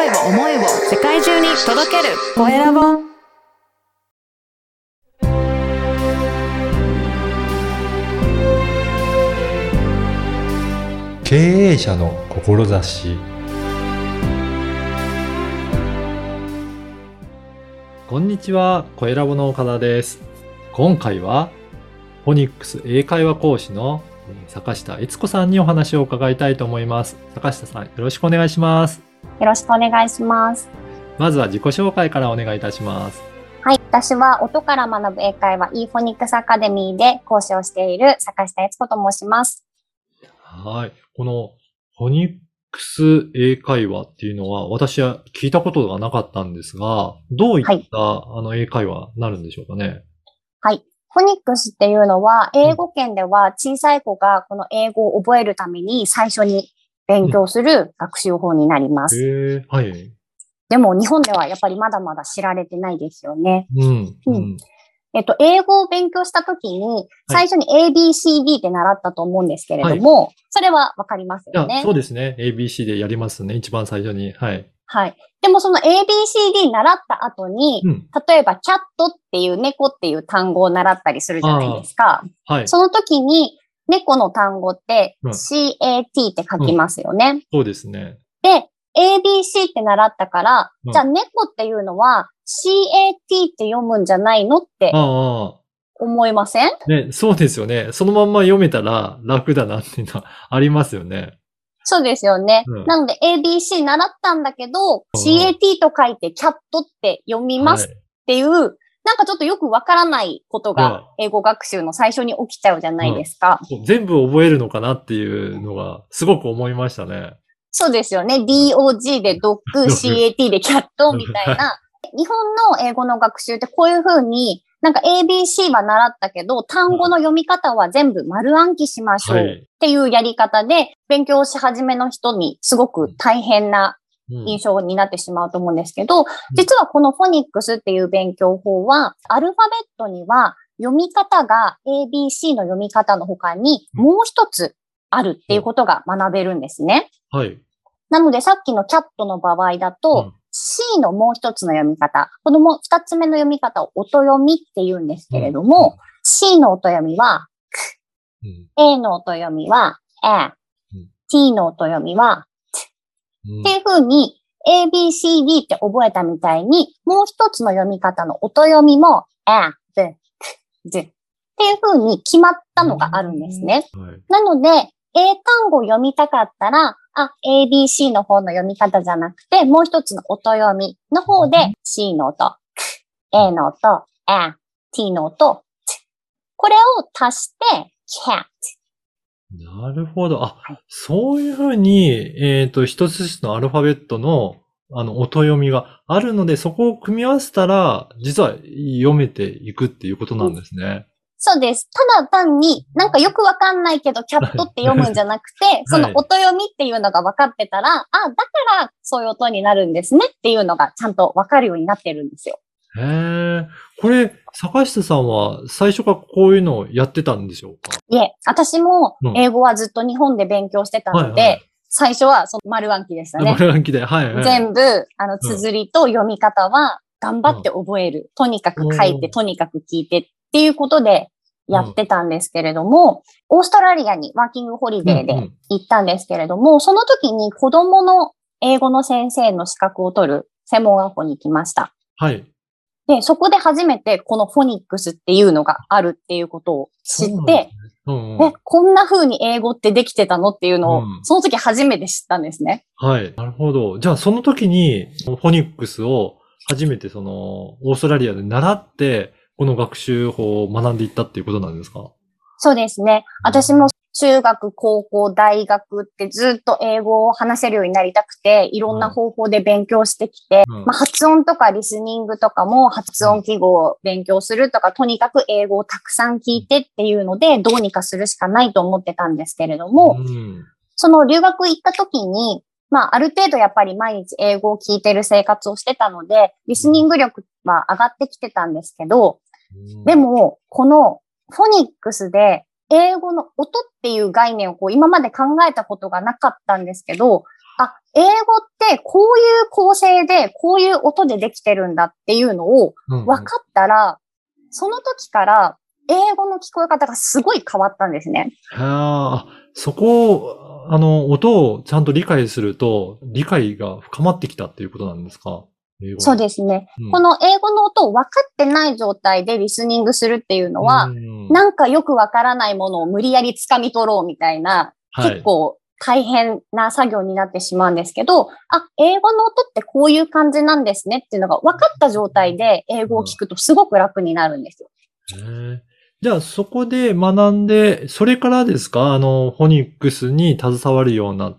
声を思いを世界中に届けるコエラボ。 経営者の志。こんにちは、コエラボの岡田です。今回はフォニックス英会話講師の坂下悦子さんにお話を伺いたいと思います。坂下さん、よろしくお願いします。 よろしくお願いします。 まずは自己紹介からお願いいたします。 はい、私は音から学ぶ英会話 e フォニックスアカデミーで講師をしている坂下悦子と申します。 はい。このフォニックス英会話っていうのは私は聞いたことがなかったんですが、どういった、英会話になるんでしょうかね。はい。 フォニックスっていうのは、英語圏では小さい子がこの英語を覚えるために最初に勉強する学習法になります。 はい。 でも日本ではやっぱりまだまだ知られてないですよね。英語を勉強したときに、最初に ABCD って習ったと思うんですけれども、それはわかりますよね。 そうですね。ABC でやりますね。一番最初に。はい。 はい。でもその ABCD 習った後に、例えばキャットっていう猫っていう単語を習ったりするじゃないですか。はい。その時に猫の単語って CAT って書きますよね。 そうですね。 で、ABC って習ったから、じゃあ猫っていうのは CAT って読むんじゃないのって思いません？ ね、そうですよね。そのまんま読めたら楽だなっていうのはありますよね。 そうですよね。なので ABC 習ったんだけど、CAT と書いてキャットって読みますっていう、なんかちょっとよくわからないことが英語学習の最初に起きちゃうじゃないですか。 全部覚えるのかなっていうのがすごく思いましたね。 そうですよね。DOG でドッグ、CAT でキャットみたいな。日本の英語の学習ってこういう風に、なんか ABC は習ったけど、単語の読み方は全部丸暗記しましょうっていうやり方で、勉強し始めの人にすごく大変な印象になってしまうと思うんですけど、実はこのフォニックスっていう勉強法は、アルファベットには読み方が ABC の読み方の他にもう一つあるっていうことが学べるんですね。 はい。 なのでさっきのキャットの場合だと、C のもう一つの読み方、このもう二つ目の読み方を音読みって言うんですけれども、C の音読みは、A の音読みは、T の音読みは、っていう風に ABCD って覚えたみたいに、もう一つの読み方の音読みも、っていう風に決まったのがあるんですね。なので、英単語を読みたかったら、ABC の方の読み方じゃなくて、もう一つの音読みの方で C の音、A の音、T の音、これを足して cat。 なるほど。そういうふうに、一つずつのアルファベットの、音読みがあるので、そこを組み合わせたら、実は読めていくっていうことなんですね。 そうです。ただ単に、なんかよくわかんないけど、キャットって読むんじゃなくて、その音読みっていうのが分かってたら、だからそういう音になるんですねっていうのがちゃんと分かるようになってるんですよ。 これ、坂下さんは最初からこういうのをやってたんでしょうか？ いえ、私も英語はずっと日本で勉強してたので、最初はその丸暗記でしたね。 丸暗記で、 全部、綴りと読み方は頑張って覚える。とにかく書いて、とにかく聞いてっていうことでやってたんですけれども、オーストラリアにワーキングホリデーで行ったんですけれども、その時に子供の英語の先生の資格を取る専門学校に行きました。 はい。 で、そこで初めてこのフォニックスっていうのがあるっていうことを知って、こんな風に英語ってできてたのっていうのを、その時初めて知ったんですね。 はい。なるほど。じゃあその時に、フォニックスを初めてオーストラリアで習って、この学習法を学んでいったっていうことなんですか？ そうですね。私も中学、高校、大学ってずっと英語を話せるようになりたくて、いろんな方法で勉強してきて、発音とかリスニングとかも発音記号を勉強するとか、とにかく英語をたくさん聞いてっていうので、どうにかするしかないと思ってたんですけれども、その留学行った時に、ある程度やっぱり毎日英語を聞いてる生活をしてたので、リスニング力は上がってきてたんですけど、でも、このフォニックスで英語の音っていう概念を今まで考えたことがなかったんですけど、英語ってこう構成でこういう音でできてるんだっていうのを分かったら、その時から英語の聞こえ方がすごい変わったんですね。 そこを、音をちゃんと理解すると、理解が深まってきたっていうことなんですか？ そうですね。この英語の音を分かってない状態でリスニングするっていうのは、なんかよくわからないものを無理やり掴み取ろうみたいな、結構大変な作業になってしまうんですけど、英語の音ってこういう感じなんですねっていうのが分かった状態で英語を聞くとすごく楽になるんですよ。 じゃあそこで学んで、それからですか？フォニックスに携わるようになって、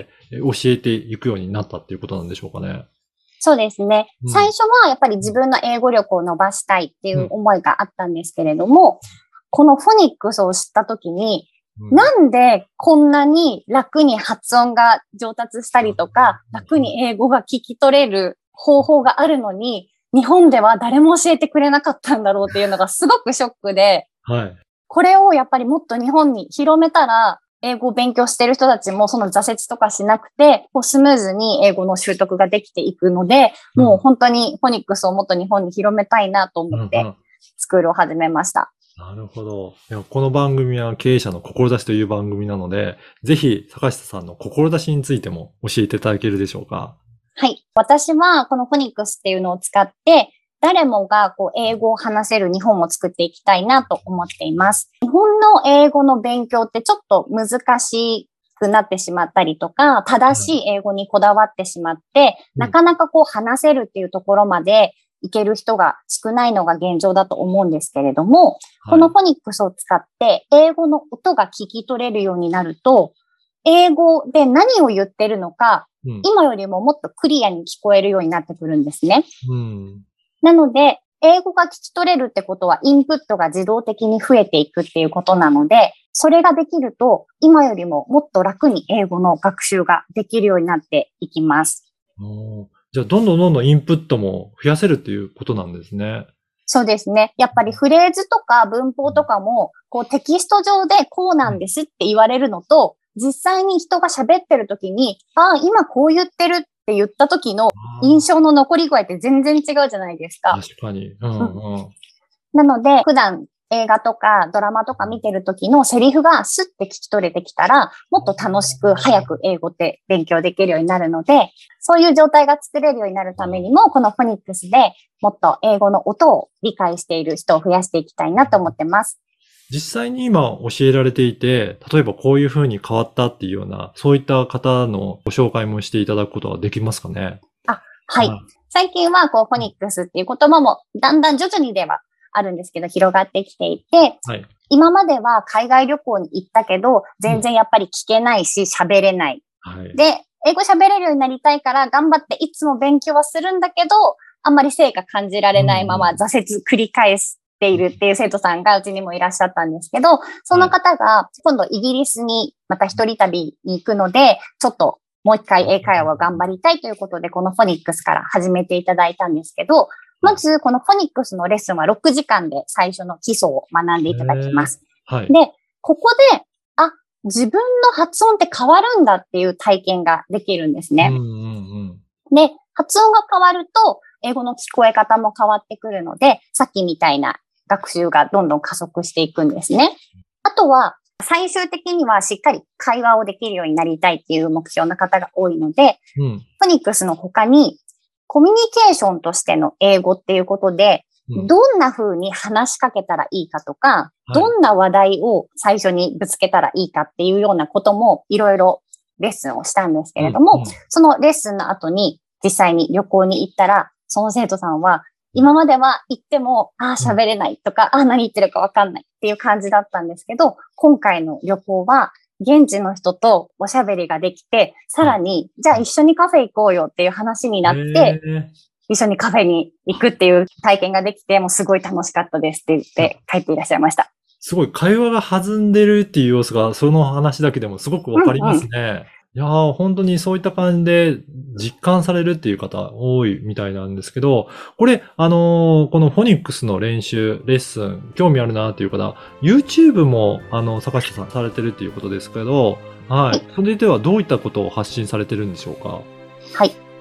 教えていくようになったっていうことなんでしょうかね。 そうですね。最初はやっぱり自分の英語力を伸ばしたいっていう思いがあったんですけれども、このフォニックスを知ったときに、なんでこんなに楽に発音が上達したりとか、楽に英語が聞き取れる方法があるのに、日本では誰も教えてくれなかったんだろうっていうのがすごくショックで、これをやっぱりもっと日本に広めたら、英語を勉強してる人たちもその挫折とかしなくて、スムーズに英語の習得ができていくので、もう本当にフォニックスをもっと日本に広めたいなと思って、スクールを始めました。 なるほど。この番組は経営者の志という番組なので、ぜひ坂下さんの志についても教えていただけるでしょうか？ はい。私はこのフォニックスっていうのを使って、誰もが英語を話せる日本を作っていきたいなと思っています。日本の英語の勉強ってちょっと難しくなってしまったりとか、正しい英語にこだわってしまって、なかなか話せるっていうところまでいける人が少ないのが現状だと思うんですけれども、このフォニックスを使って英語の音が聞き取れるようになると、英語で何を言ってるのか、今よりももっとクリアに聞こえるようになってくるんですね。なので、英語が聞き取れるってことはインプットが自動的に増えていくっていうことなので、それができると今よりももっと楽に英語の学習ができるようになっていきます。 じゃあどんどんインプットも増やせるっていうことなんですね。 そうですね。やっぱりフレーズとか文法とかもテキスト上でこうなんですって言われるのと、実際に人が喋ってる時に、今こう言ってるって言った時の印象の残り具合って全然違うじゃないですか。 確かに。 なので、普段映画とかドラマとか見てる時のセリフがスッて聞き取れてきたら、もっと楽しく早く英語って勉強できるようになるので、そういう状態が作れるようになるためにも、このフォニックスでもっと英語の音を理解している人を増やしていきたいなと思ってます。 実際に今教えられていて、例えばこういう風に変わったっていうような、そういった方のご紹介もしていただくことはできますかね？ はい。最近はフォニックスっていう言葉もだんだん徐々にではあるんですけど広がってきていて、今までは海外旅行に行ったけど、全然やっぱり聞けないし喋れない。で、英語喋れるようになりたいから頑張っていつも勉強はするんだけど、あんまり成果感じられないまま挫折繰り返しているっていう生徒さんがうちにもいらっしゃったんですけど、その方が今度イギリスにまた一人旅に行くので、ちょっともう一回英会話を頑張りたいということで、このフォニックスから始めていただいたんですけど、まずこのフォニックスのレッスンは6時間で最初の基礎を学んでいただきます。で、ここで、自分の発音って変わるんだっていう体験ができるんですね。で、発音が変わると、英語の聞こえ方も変わってくるので、さっきみたいな学習がどんどん加速していくんですね。あとは、最終的にはしっかり会話をできるようになりたいっていう目標の方が多いので、フォニックスの他にコミュニケーションとしての英語っていうことで、どんな風に話しかけたらいいかとか、どんな話題を最初にぶつけたらいいかっていうようなこともいろいろレッスンをしたんですけれども、そのレッスンの後に実際に旅行に行ったら、その生徒さんは今までは行っても、喋れないとか、何言ってるかわかんないっていう感じだったんですけど、今回の旅行は、現地の人とおしゃべりができて、さらに、じゃあ一緒にカフェ行こうよっていう話になって、一緒にカフェに行くっていう体験ができて、もうすごい楽しかったですって言って帰っていらっしゃいました。 すごい会話が弾んでるっていう様子が、その話だけでもすごくわかりますね。いやー、本当にそういった感じで実感されるっていう方多いみたいなんですけど、これ、このフォニックスの練習、レッスン、興味あるなっていう方、YouTube も、坂下さんされてるっていうことですけど、それではどういったことを発信されてるんでしょうか？ はい。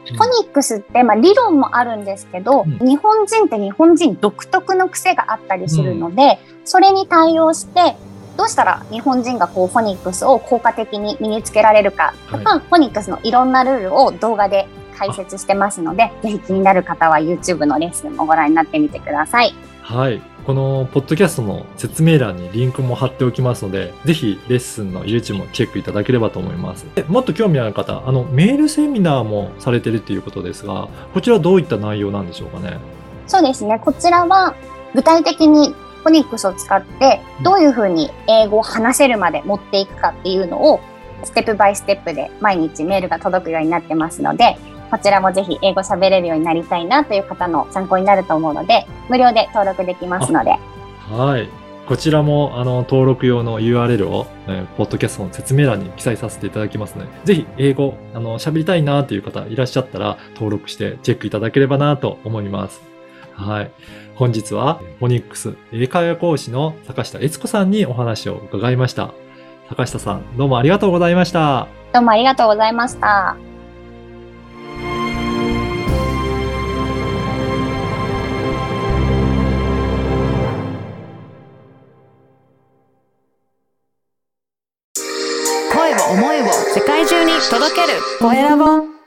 フォニックスって、理論もあるんですけど、日本人って日本人独特の癖があったりするので、それに対応して、どうしたら日本人がフォニックスを効果的に身につけられるかとか、フォニックスのいろんなルールを動画で解説してますので、ぜひ気になる方は YouTube のレッスンもご覧になってみてください。 はい。このポッドキャストの説明欄にリンクも貼っておきますので、ぜひレッスンの YouTube もチェックいただければと思います。もっと興味ある方、メールセミナーもされてるということですが、こちらどういった内容なんでしょうかね。 そうですね。こちらは具体的にフォニックスを使ってどういうふうに英語を話せるまで持っていくかっていうのをステップバイステップで毎日メールが届くようになってますので、こちらもぜひ英語喋れるようになりたいなという方の参考になると思うので、無料で登録できますので。 はい。こちらも登録用の URL を、ポッドキャストの説明欄に記載させていただきますので、ぜひ英語喋りたいなという方いらっしゃったら登録してチェックいただければなと思います。はい。本日はフォニックス英会話講師の坂下悦子さんにお話を伺いました。坂下さん、どうもありがとうございました。 どうもありがとうございました。 声を思いを世界中に届けるコエラボ。